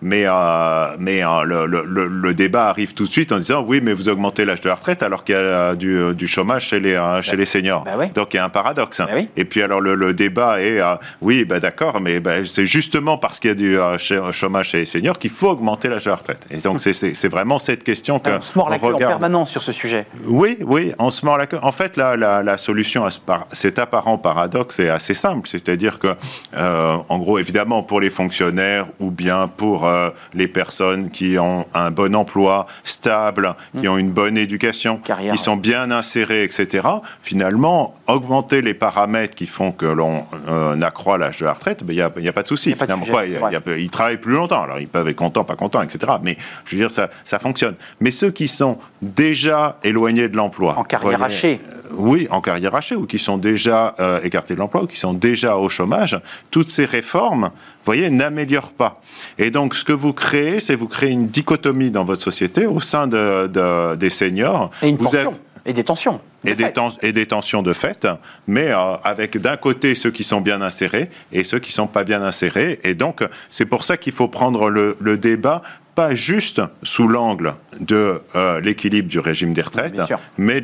le débat arrive tout de suite en disant oui, mais vous augmentez l'âge de la retraite alors qu'il y a du chômage chez les seniors. Oui. Donc il y a un paradoxe. Oui. Et puis alors le débat est oui, d'accord, mais c'est justement parce qu'il y a du chômage chez les seniors qu'il faut augmenter l'âge de la retraite. Et donc c'est vraiment cette question que on se mord la queue en permanence sur ce sujet. Oui, on se mord la queue. En fait, la solution à cet apparent paradoxe est assez simple, c'est-à-dire que en gros, évidemment, pour les fonctionnaires ou bien pour les personnes qui ont un bon emploi stable, qui ont une bonne éducation, qui sont bien insérées, etc. Finalement, augmenter les paramètres qui font que l'on accroît l'âge de la retraite, il n'y a pas de souci. Ils travaillent plus longtemps. Alors, ils peuvent être contents, pas contents, etc. Mais je veux dire, ça fonctionne. Mais ceux qui sont déjà éloignés de l'emploi... En carrière hachée. Oui, en carrière hachée, ou qui sont déjà écartés de l'emploi, ou qui sont déjà au chômage, toutes ces réformes, vous voyez, n'améliorent pas. Et donc, ce que vous créez, c'est vous créez une dichotomie dans votre société au sein des seniors. Et une tension. Et des tensions. Et des tensions de fait, mais avec d'un côté ceux qui sont bien insérés et ceux qui ne sont pas bien insérés. Et donc, c'est pour ça qu'il faut prendre le débat pas juste sous l'angle de l'équilibre du régime des retraites, mais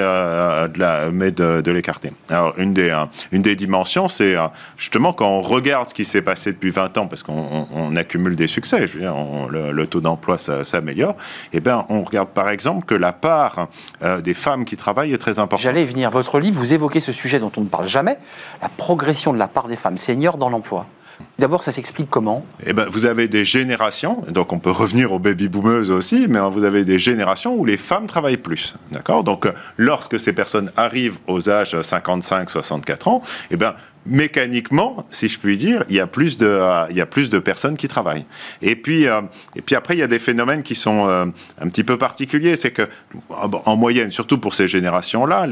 de l'écarter. Alors, une des dimensions, c'est justement quand on regarde ce qui s'est passé depuis 20 ans, parce qu'on accumule des succès, je veux dire, le taux d'emploi s'améliore, et bien on regarde par exemple que la part des femmes qui travaillent est très importante. J'allais y venir. Votre livre, vous évoquez ce sujet dont on ne parle jamais, la progression de la part des femmes seniors dans l'emploi. D'abord, ça s'explique comment ? Eh ben, vous avez des générations, donc on peut revenir aux baby-boomeuses aussi, mais vous avez des générations où les femmes travaillent plus. D'accord ? Donc, lorsque ces personnes arrivent aux âges 55-64 ans, eh ben, mécaniquement, si je puis dire, il y a plus de personnes qui travaillent. Et puis après, il y a des phénomènes qui sont un petit peu particuliers. C'est que, en moyenne, surtout pour ces générations-là,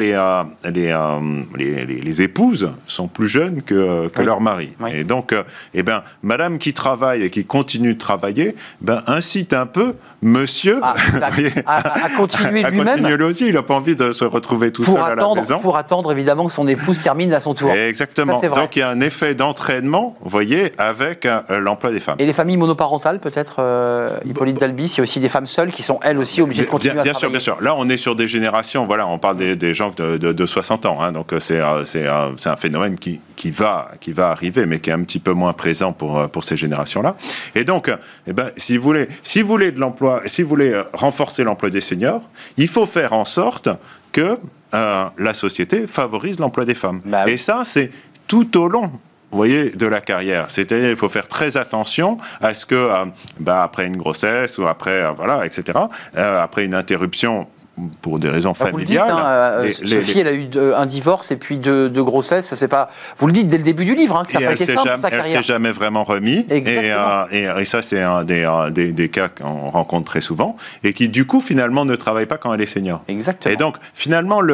les épouses sont plus jeunes que leur mari. Oui. Et donc, madame qui travaille et qui continue de travailler, incite un peu monsieur à continuer lui-même. À continuer lui aussi. Il n'a pas envie de se retrouver tout seul à la maison. Pour attendre, évidemment, que son épouse termine à son tour. Exactement. Donc il y a un effet d'entraînement, vous voyez, avec l'emploi des femmes. Et les familles monoparentales, peut-être, Hippolyte Dalby, il y a aussi des femmes seules qui sont elles aussi obligées de continuer à travailler. Bien sûr. Là, on est sur des générations, voilà, on parle des gens de 60 ans, hein, donc c'est un phénomène qui va arriver, mais qui est un petit peu moins présent pour ces générations-là. Et donc, si vous voulez de l'emploi, si vous voulez renforcer l'emploi des seniors, il faut faire en sorte que la société favorise l'emploi des femmes. Bah oui. Et ça, c'est tout au long, vous voyez, de la carrière. C'est-à-dire, il faut faire très attention à ce que, après une grossesse ou après, etc., après une interruption pour des raisons familiales. Vous le dites, Sophie, elle a eu un divorce et puis deux grossesses. C'est pas. Vous le dites dès le début du livre, que ça n'a pas été simple pour sa carrière. Elle ne s'est jamais vraiment remis. Et ça, c'est un des cas qu'on rencontre très souvent et qui, du coup, finalement, ne travaille pas quand elle est senior. Exactement. Et donc, finalement,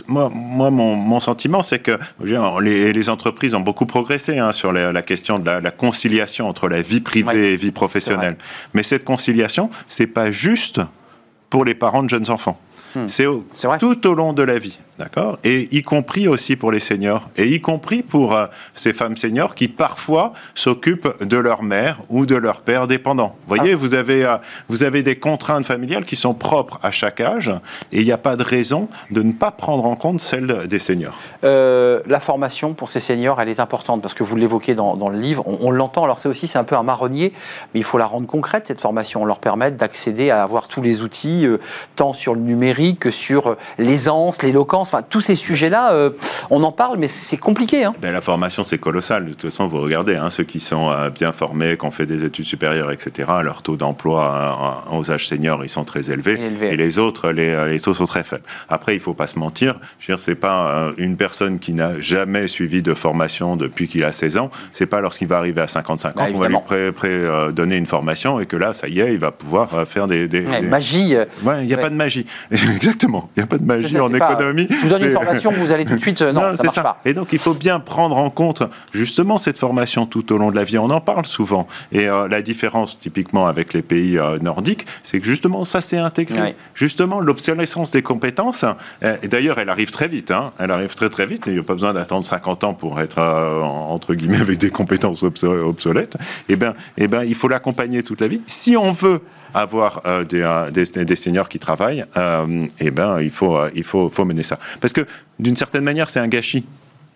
mon sentiment, c'est que les entreprises ont beaucoup progressé sur la question de la conciliation entre la vie privée et vie professionnelle. Mais cette conciliation, c'est pas juste pour les parents de jeunes enfants. C'est tout au long de la vie, d'accord ? Et y compris aussi pour les seniors, et y compris pour ces femmes seniors qui parfois s'occupent de leur mère ou de leur père dépendant. Vous voyez, vous avez des contraintes familiales qui sont propres à chaque âge, et il n'y a pas de raison de ne pas prendre en compte celle des seniors. La formation pour ces seniors, elle est importante, parce que vous l'évoquez dans le livre, on l'entend, alors c'est un peu un marronnier, mais il faut la rendre concrète, cette formation, leur permettre d'accéder à avoir tous les outils, tant sur le numérique que sur l'aisance, l'éloquence, enfin tous ces sujets-là, on en parle, mais c'est compliqué. La formation, c'est colossal. De toute façon, vous regardez, ceux qui sont bien formés, qui ont fait des études supérieures, etc., leur taux d'emploi aux âges seniors, ils sont très élevés. Et les autres, les taux sont très faibles. Après, il ne faut pas se mentir. Je veux dire, c'est pas une personne qui n'a jamais suivi de formation depuis qu'il a 16 ans. C'est pas lorsqu'il va arriver à 55 ans qu'on va lui donner une formation et que là, ça y est, il va pouvoir faire des magie. Il n'y a pas de magie. Exactement. Il n'y a pas de magie en économie. Je vous donne une formation, vous allez tout de suite. Non, ça marche pas. Et donc, il faut bien prendre en compte justement cette formation tout au long de la vie. On en parle souvent. Et la différence, typiquement, avec les pays nordiques, c'est que justement, ça s'est intégré. Oui. Justement, l'obsolescence des compétences, et d'ailleurs, elle arrive très vite. Elle arrive très, très vite. Il n'y a pas besoin d'attendre 50 ans pour être, entre guillemets, avec des compétences obsolètes. Eh bien, il faut l'accompagner toute la vie. Si on veut avoir des seniors qui travaillent, il faut mener ça. Parce que, d'une certaine manière, c'est un gâchis.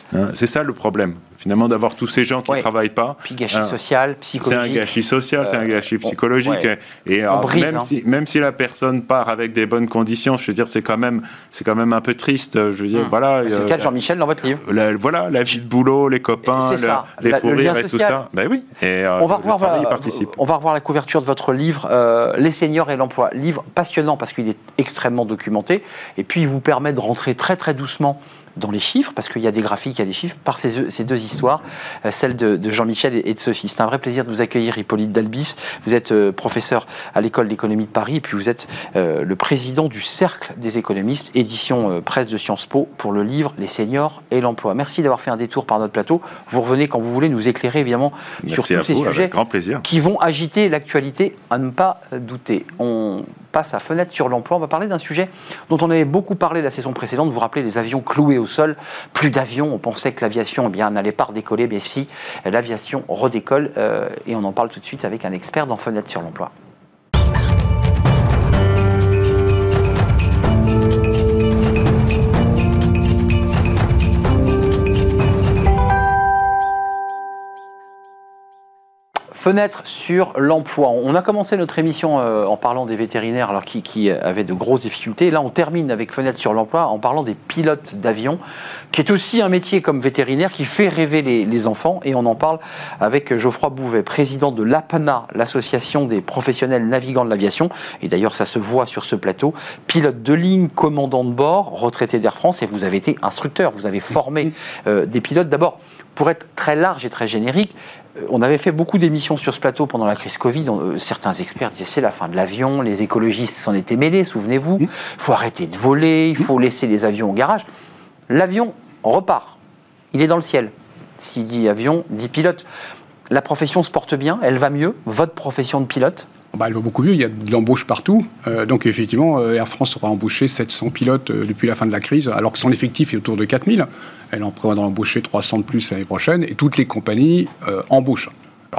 C'est ça le problème, finalement, d'avoir tous ces gens qui ne travaillent pas. Puis gâchis social, psychologique. C'est un gâchis social, c'est un gâchis psychologique. Et brise, même si la personne part avec des bonnes conditions, je veux dire, c'est quand même un peu triste. Je veux dire, voilà. C'est le cas de Jean-Michel dans votre livre. La vie de boulot, les copains, les courir et tout ça. Ben oui. Et on va revoir la couverture de votre livre, Les seniors et l'emploi. Livre passionnant parce qu'il est extrêmement documenté. Et puis, il vous permet de rentrer très, très doucement dans les chiffres, parce qu'il y a des graphiques, il y a des chiffres, par ces deux histoires, celle de Jean-Michel et de Sophie. C'est un vrai plaisir de vous accueillir, Hippolyte Dalbis. Vous êtes professeur à l'École d'économie de Paris, et puis vous êtes le président du Cercle des économistes, édition presse de Sciences Po, pour le livre Les seniors et l'emploi. Merci d'avoir fait un détour par notre plateau. Vous revenez quand vous voulez nous éclairer, évidemment, sur tous ces sujets qui vont agiter l'actualité, à ne pas douter. On passe à Fenêtre sur l'emploi. On va parler d'un sujet dont on avait beaucoup parlé la saison précédente. Vous vous rappelez, les avions cloués au sol. Plus d'avions. On pensait que l'aviation n'allait pas redécoller. Mais si, l'aviation redécolle. Et on en parle tout de suite avec un expert dans Fenêtre sur l'emploi. Fenêtre sur l'emploi. On a commencé notre émission en parlant des vétérinaires alors qui avaient de grosses difficultés. Là, on termine avec Fenêtre sur l'emploi en parlant des pilotes d'avion, qui est aussi un métier comme vétérinaire qui fait rêver les enfants. Et on en parle avec Geoffroy Bouvet, président de l'APNA, l'association des professionnels navigants de l'aviation. Et d'ailleurs, ça se voit sur ce plateau. Pilote de ligne, commandant de bord, retraité d'Air France. Et vous avez été instructeur, vous avez formé des pilotes. D'abord, pour être très large et très générique, on avait fait beaucoup d'émissions sur ce plateau pendant la crise Covid. Certains experts disaient c'est la fin de l'avion, les écologistes s'en étaient mêlés, souvenez-vous. Il faut arrêter de voler, il faut laisser les avions au garage. L'avion repart, il est dans le ciel. S'il dit avion, dit pilote. La profession se porte bien, elle va mieux, votre profession de pilote? Elle va beaucoup mieux, il y a de l'embauche partout. Donc effectivement, Air France aura embauché 700 pilotes depuis la fin de la crise, alors que son effectif est autour de 4000. Elle en prévoit d'en embaucher 300 de plus l'année prochaine, et toutes les compagnies embauchent.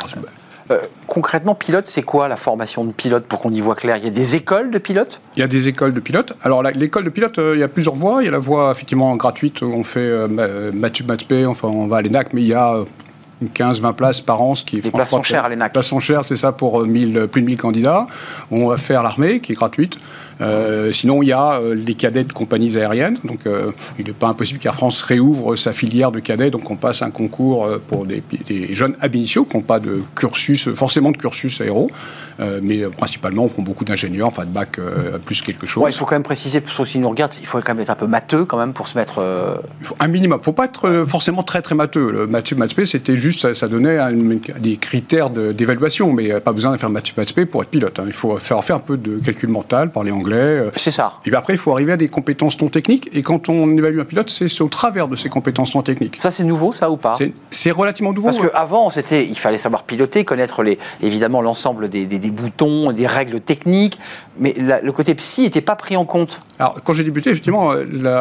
Alors, concrètement, pilote, c'est quoi la formation de pilote, pour qu'on y voit clair? Il y a des écoles de pilotes? Il y a des écoles de pilotes. Alors l'école de pilote, il y a plusieurs voies. Il y a la voie effectivement gratuite, où on fait Maths-P, enfin on va à l'ENAC, mais il y a 15-20 places par an, ce qui est... Les places sont chères à l'ENAC. Les places sont chères, c'est ça, pour plus de 1000 candidats. On va faire l'armée, qui est gratuite. Sinon, il y a les cadets de compagnies aériennes. Donc, il n'est pas impossible qu'Air France réouvre sa filière de cadets. Donc, on passe un concours pour des jeunes ab initio qui n'ont pas de cursus, forcément de cursus aéro. Mais principalement, on prend beaucoup d'ingénieurs, enfin de bac plus quelque chose. Ouais, il faut quand même préciser, pour ceux qui nous regardent, il faut quand même être un peu matheux quand même pour se mettre... Il faut un minimum. Il ne faut pas être forcément très très matheux. Le Maths-P, c'était juste, ça donnait des critères d'évaluation, mais pas besoin de faire Maths-P pour être pilote. Il faut faire un peu de calcul mental, parler anglais. C'est ça. Et puis après, il faut arriver à des compétences non techniques. Et quand on évalue un pilote, c'est au travers de ces compétences non techniques. Ça, c'est nouveau, ça, ou pas? C'est relativement nouveau. Parce qu'avant, il fallait savoir piloter, connaître évidemment l'ensemble des boutons, des règles techniques, mais le côté psy n'était pas pris en compte. Alors, quand j'ai débuté, effectivement,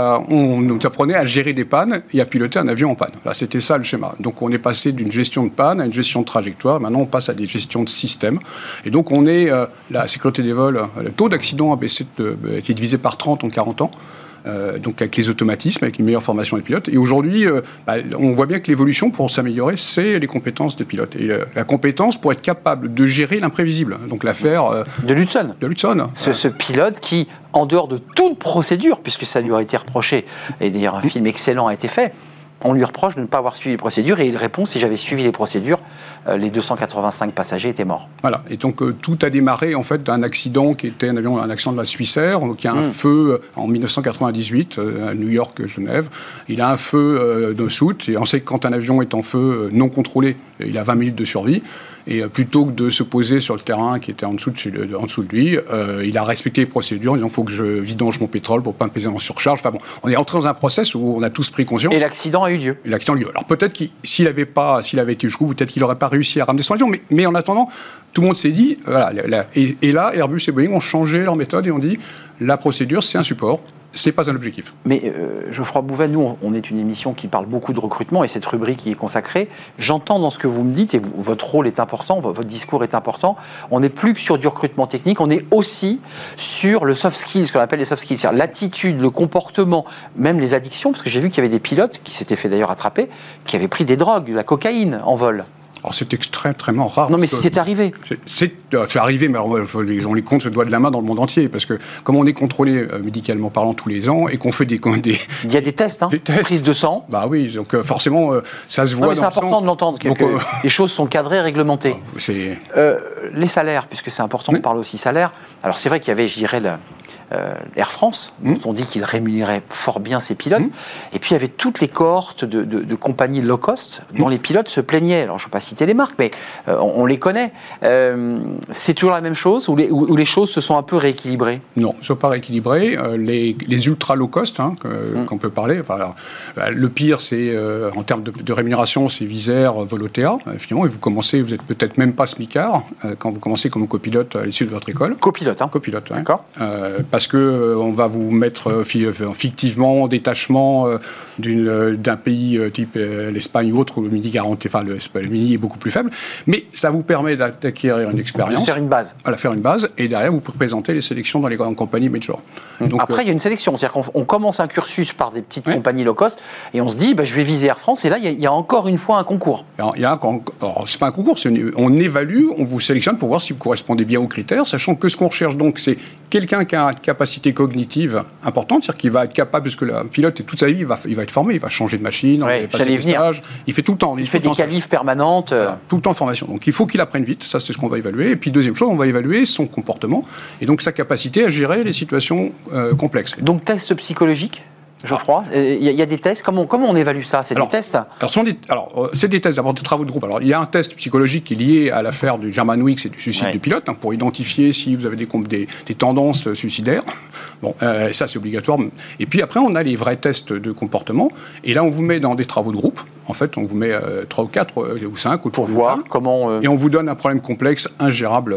on nous apprenait à gérer des pannes et à piloter un avion en panne. Là, c'était ça le schéma. Donc, on est passé d'une gestion de panne à une gestion de trajectoire. Maintenant, on passe à des gestions de système. Et donc, la sécurité des vols, le taux d'accident a été divisé par 30 en 40 ans. Donc avec les automatismes, avec une meilleure formation des pilotes. Et aujourd'hui, on voit bien que l'évolution, pour s'améliorer, c'est les compétences des pilotes. Et la compétence pour être capable de gérer l'imprévisible. Donc l'affaire... de Lutson. Ce pilote qui, en dehors de toute procédure, puisque ça lui aurait été reproché, et d'ailleurs un film excellent a été fait, on lui reproche de ne pas avoir suivi les procédures, et il répond, si j'avais suivi les procédures, les 285 passagers étaient morts. Voilà, et donc tout a démarré en fait d'un accident qui était un accident de la Swissair, donc il y a un feu en 1998 à New York, Genève. Il a un feu de soute, et on sait que quand un avion est en feu non contrôlé, il a 20 minutes de survie. Et plutôt que de se poser sur le terrain qui était en dessous de lui, il a respecté les procédures en disant il faut que je vidange mon pétrole pour ne pas me peser en surcharge. Enfin bon, on est entré dans un process où on a tous pris conscience. Et l'accident a eu lieu. Alors peut-être s'il avait été jusqu'au bout, peut-être qu'il n'aurait pas réussi à ramener son avion. Mais en attendant, tout le monde s'est dit, voilà, et là, Airbus et Boeing ont changé leur méthode et ont dit la procédure, c'est un support. ce n'est pas un objectif. Mais Geoffroy Bouvet, nous, on est une émission qui parle beaucoup de recrutement et cette rubrique y est consacrée. J'entends dans ce que vous me dites, et votre rôle est important, votre discours est important, on n'est plus que sur du recrutement technique, on est aussi sur le soft skills, ce qu'on appelle les soft skills, c'est-à-dire l'attitude, le comportement, même les addictions, parce que j'ai vu qu'il y avait des pilotes, qui s'étaient fait d'ailleurs attraper, qui avaient pris des drogues, de la cocaïne en vol. Alors c'est extrêmement rare. Non mais c'est arrivé. C'est arrivé, mais alors, on les compte se doigt de la main dans le monde entier, parce que comme on est contrôlé médicalement parlant tous les ans et qu'on fait des... Il y a des tests, hein, prise de sang. Bah oui, donc forcément ça se voit. Non mais c'est important de l'entendre, les choses sont cadrées, réglementées. Les salaires, puisque c'est important de parler aussi salaire. Alors c'est vrai qu'il y avait, je dirais, Air France, dont on dit qu'il rémunérait fort bien ses pilotes, et puis il y avait toutes les cohortes de compagnies low cost dont les pilotes se plaignaient. Alors je ne vais pas citer les marques, mais on les connaît. C'est toujours la même chose, ou les choses se sont un peu rééquilibrées? Non, elles ne sont pas rééquilibrées. Les ultra low cost, qu'on peut parler, le pire, c'est en termes de rémunération, c'est Wizz Air, Volotea. Finalement, vous n'êtes peut-être même pas smicard quand vous commencez comme copilote à l'issue de votre école. Copilote, hein. Copilote, d'accord. Parce qu'on va vous mettre fictivement en détachement d'un pays type l'Espagne ou autre, où le mini garantie, le mini est beaucoup plus faible, mais ça vous permet d'acquérir une expérience. De faire une base. Voilà, faire une base, et derrière vous pouvez présenter les sélections dans les grandes compagnies major. Donc, après, il y a une sélection, c'est-à-dire qu'on commence un cursus par des petites compagnies low cost, et on se dit, je vais viser Air France, et là, il y a encore une fois un concours. Alors, c'est pas un concours, on évalue, on vous sélectionne pour voir si vous correspondez bien aux critères, sachant que ce qu'on recherche donc, c'est quelqu'un qui a une capacité cognitive importante, c'est-à-dire qu'il va être capable, parce que le pilote, toute sa vie, il va être formé, il va changer de machine, il va passer des stages, il fait tout le temps. Il fait des qualifs permanentes. Voilà, tout le temps en formation. Donc il faut qu'il apprenne vite, ça c'est ce qu'on va évaluer. Et puis deuxième chose, on va évaluer son comportement et donc sa capacité à gérer les situations complexes. Donc test psychologique, Geoffroy, il y a des tests. Comment on évalue ça? C'est des tests? C'est des tests d'abord de travaux de groupe. Alors, il y a un test psychologique qui est lié à l'affaire du Germanwings et du suicide du pilote, pour identifier si vous avez des tendances suicidaires. Bon, ça, c'est obligatoire. Et puis après, on a les vrais tests de comportement. Et là, on vous met dans des travaux de groupe. En fait, on vous met 3 ou 4 ou 5 pour voir comment... Et on vous donne un problème complexe, ingérable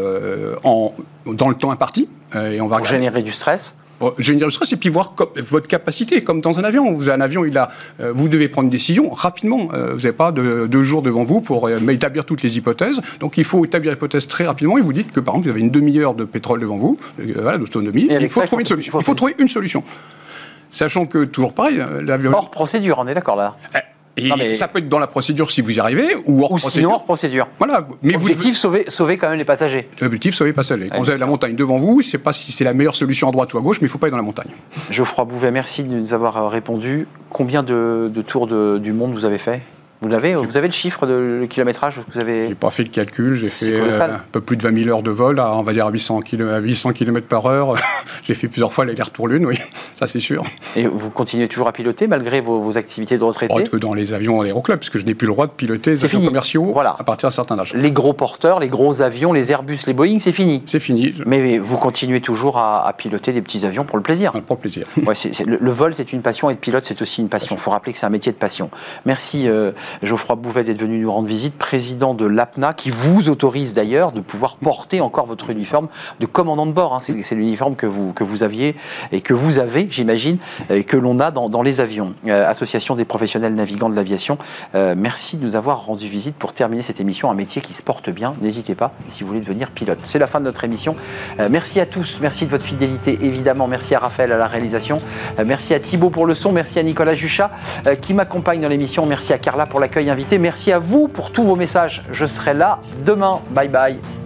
dans le temps imparti. Et on va pour générer du stress. Générer du stress et puis voir votre capacité, comme dans un avion. Un avion, vous devez prendre une décision rapidement. Vous n'avez pas 2 jours devant vous pour établir toutes les hypothèses. Donc il faut établir l'hypothèse très rapidement et vous dites que par exemple vous avez une demi-heure de pétrole devant vous, d'autonomie. Il faut trouver une solution. Il faut trouver une solution. Sachant que, toujours pareil, l'avion... Hors procédure, on est d'accord là. Ça peut être dans la procédure si vous y arrivez, ou sinon hors procédure. Voilà. Mais objectif, sauver quand même les passagers. L'objectif, sauver les passagers. Quand vous avez la montagne devant vous, je ne sais pas si c'est la meilleure solution à droite ou à gauche, mais il ne faut pas être dans la montagne. Geoffroy Bouvet, merci de nous avoir répondu. Combien de tours du monde vous avez fait ? Vous avez le chiffre de le kilométrage que vous avez... J'ai pas fait le calcul, j'ai fait un peu plus de 20 000 heures de vol, on va dire à 800 km par heure. J'ai fait plusieurs fois l'aller-retour lune, oui, ça c'est sûr. Et vous continuez toujours à piloter malgré vos activités de retraité? Que dans les avions aéroclubs, puisque je n'ai plus le droit de piloter les avions commerciaux à partir d'un certain âge. Les gros porteurs, les gros avions, les Airbus, les Boeing, c'est fini? C'est fini. Mais vous continuez toujours à piloter des petits avions pour le plaisir? Pour le plaisir. Ouais, le vol, c'est une passion, et être pilote, c'est aussi une passion. Il faut rappeler que c'est un métier de passion. Merci Geoffroy Bouvet d'être venu nous rendre visite, président de l'APNA, qui vous autorise d'ailleurs de pouvoir porter encore votre uniforme de commandant de bord. C'est l'uniforme que vous aviez et que vous avez, j'imagine, et que l'on a dans les avions. Association des professionnels navigants de l'aviation, merci de nous avoir rendu visite pour terminer cette émission. Un métier qui se porte bien, n'hésitez pas si vous voulez devenir pilote. C'est la fin de notre émission. Merci à tous, merci de votre fidélité évidemment, merci à Raphaël à la réalisation, merci à Thibaut pour le son, merci à Nicolas Juchat qui m'accompagne dans l'émission, merci à Carla pour l'accueil invité, merci à vous pour tous vos messages. Je serai là demain. Bye bye.